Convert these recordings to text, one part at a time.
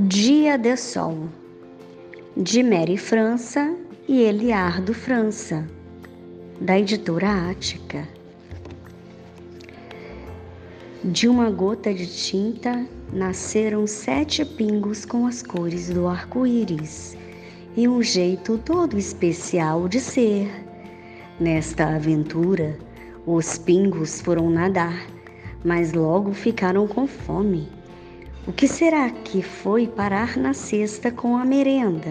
Dia de Sol, de Mary França e Eliardo França, da editora Ática. De uma gota de tinta nasceram 7 pingos com as cores do arco-íris e um jeito todo especial de ser. Nesta aventura, os pingos foram nadar, mas logo ficaram com fome. O que será que foi parar na cesta com a merenda?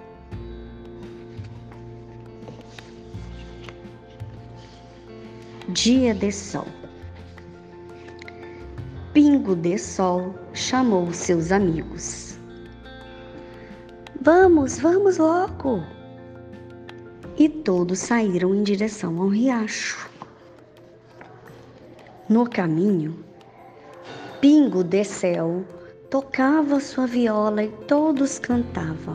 Dia de Sol. Pingo de Sol chamou seus amigos. Vamos logo! E todos saíram em direção ao riacho. No caminho, Pingo de Céu tocava sua viola e todos cantavam.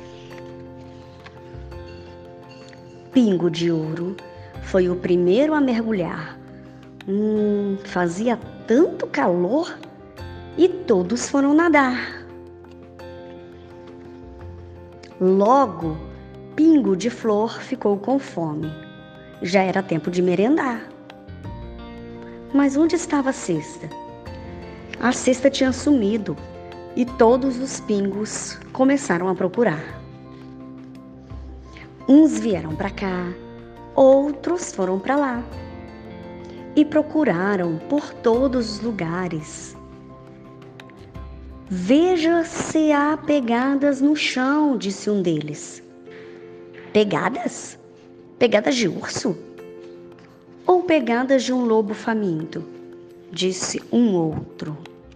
Pingo de Ouro foi o primeiro a mergulhar. Fazia tanto calor e todos foram nadar. Logo, Pingo de Flor ficou com fome. Já era tempo de merendar. Mas onde estava a cesta? A cesta tinha sumido e todos os pingos começaram a procurar. Uns vieram para cá, outros foram para lá e procuraram por todos os lugares. Veja se há pegadas no chão, disse um deles. Pegadas? Pegadas de urso? Ou pegadas de um lobo faminto? Disse um outro.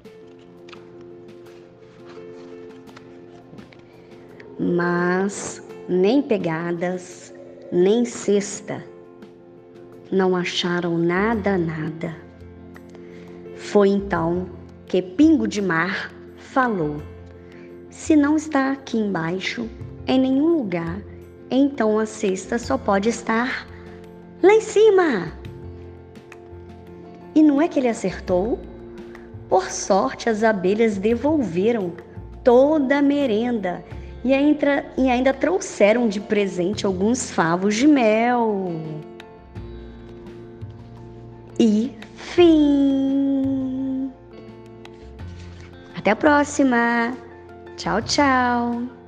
Mas nem pegadas, nem cesta. Não acharam nada. Foi então que Pingo de Mar falou: se não está aqui embaixo, em nenhum lugar, então a cesta só pode estar lá em cima. E não é que ele acertou? Por sorte, as abelhas devolveram toda a merenda e ainda trouxeram de presente alguns favos de mel. E fim! Até a próxima! Tchau, tchau!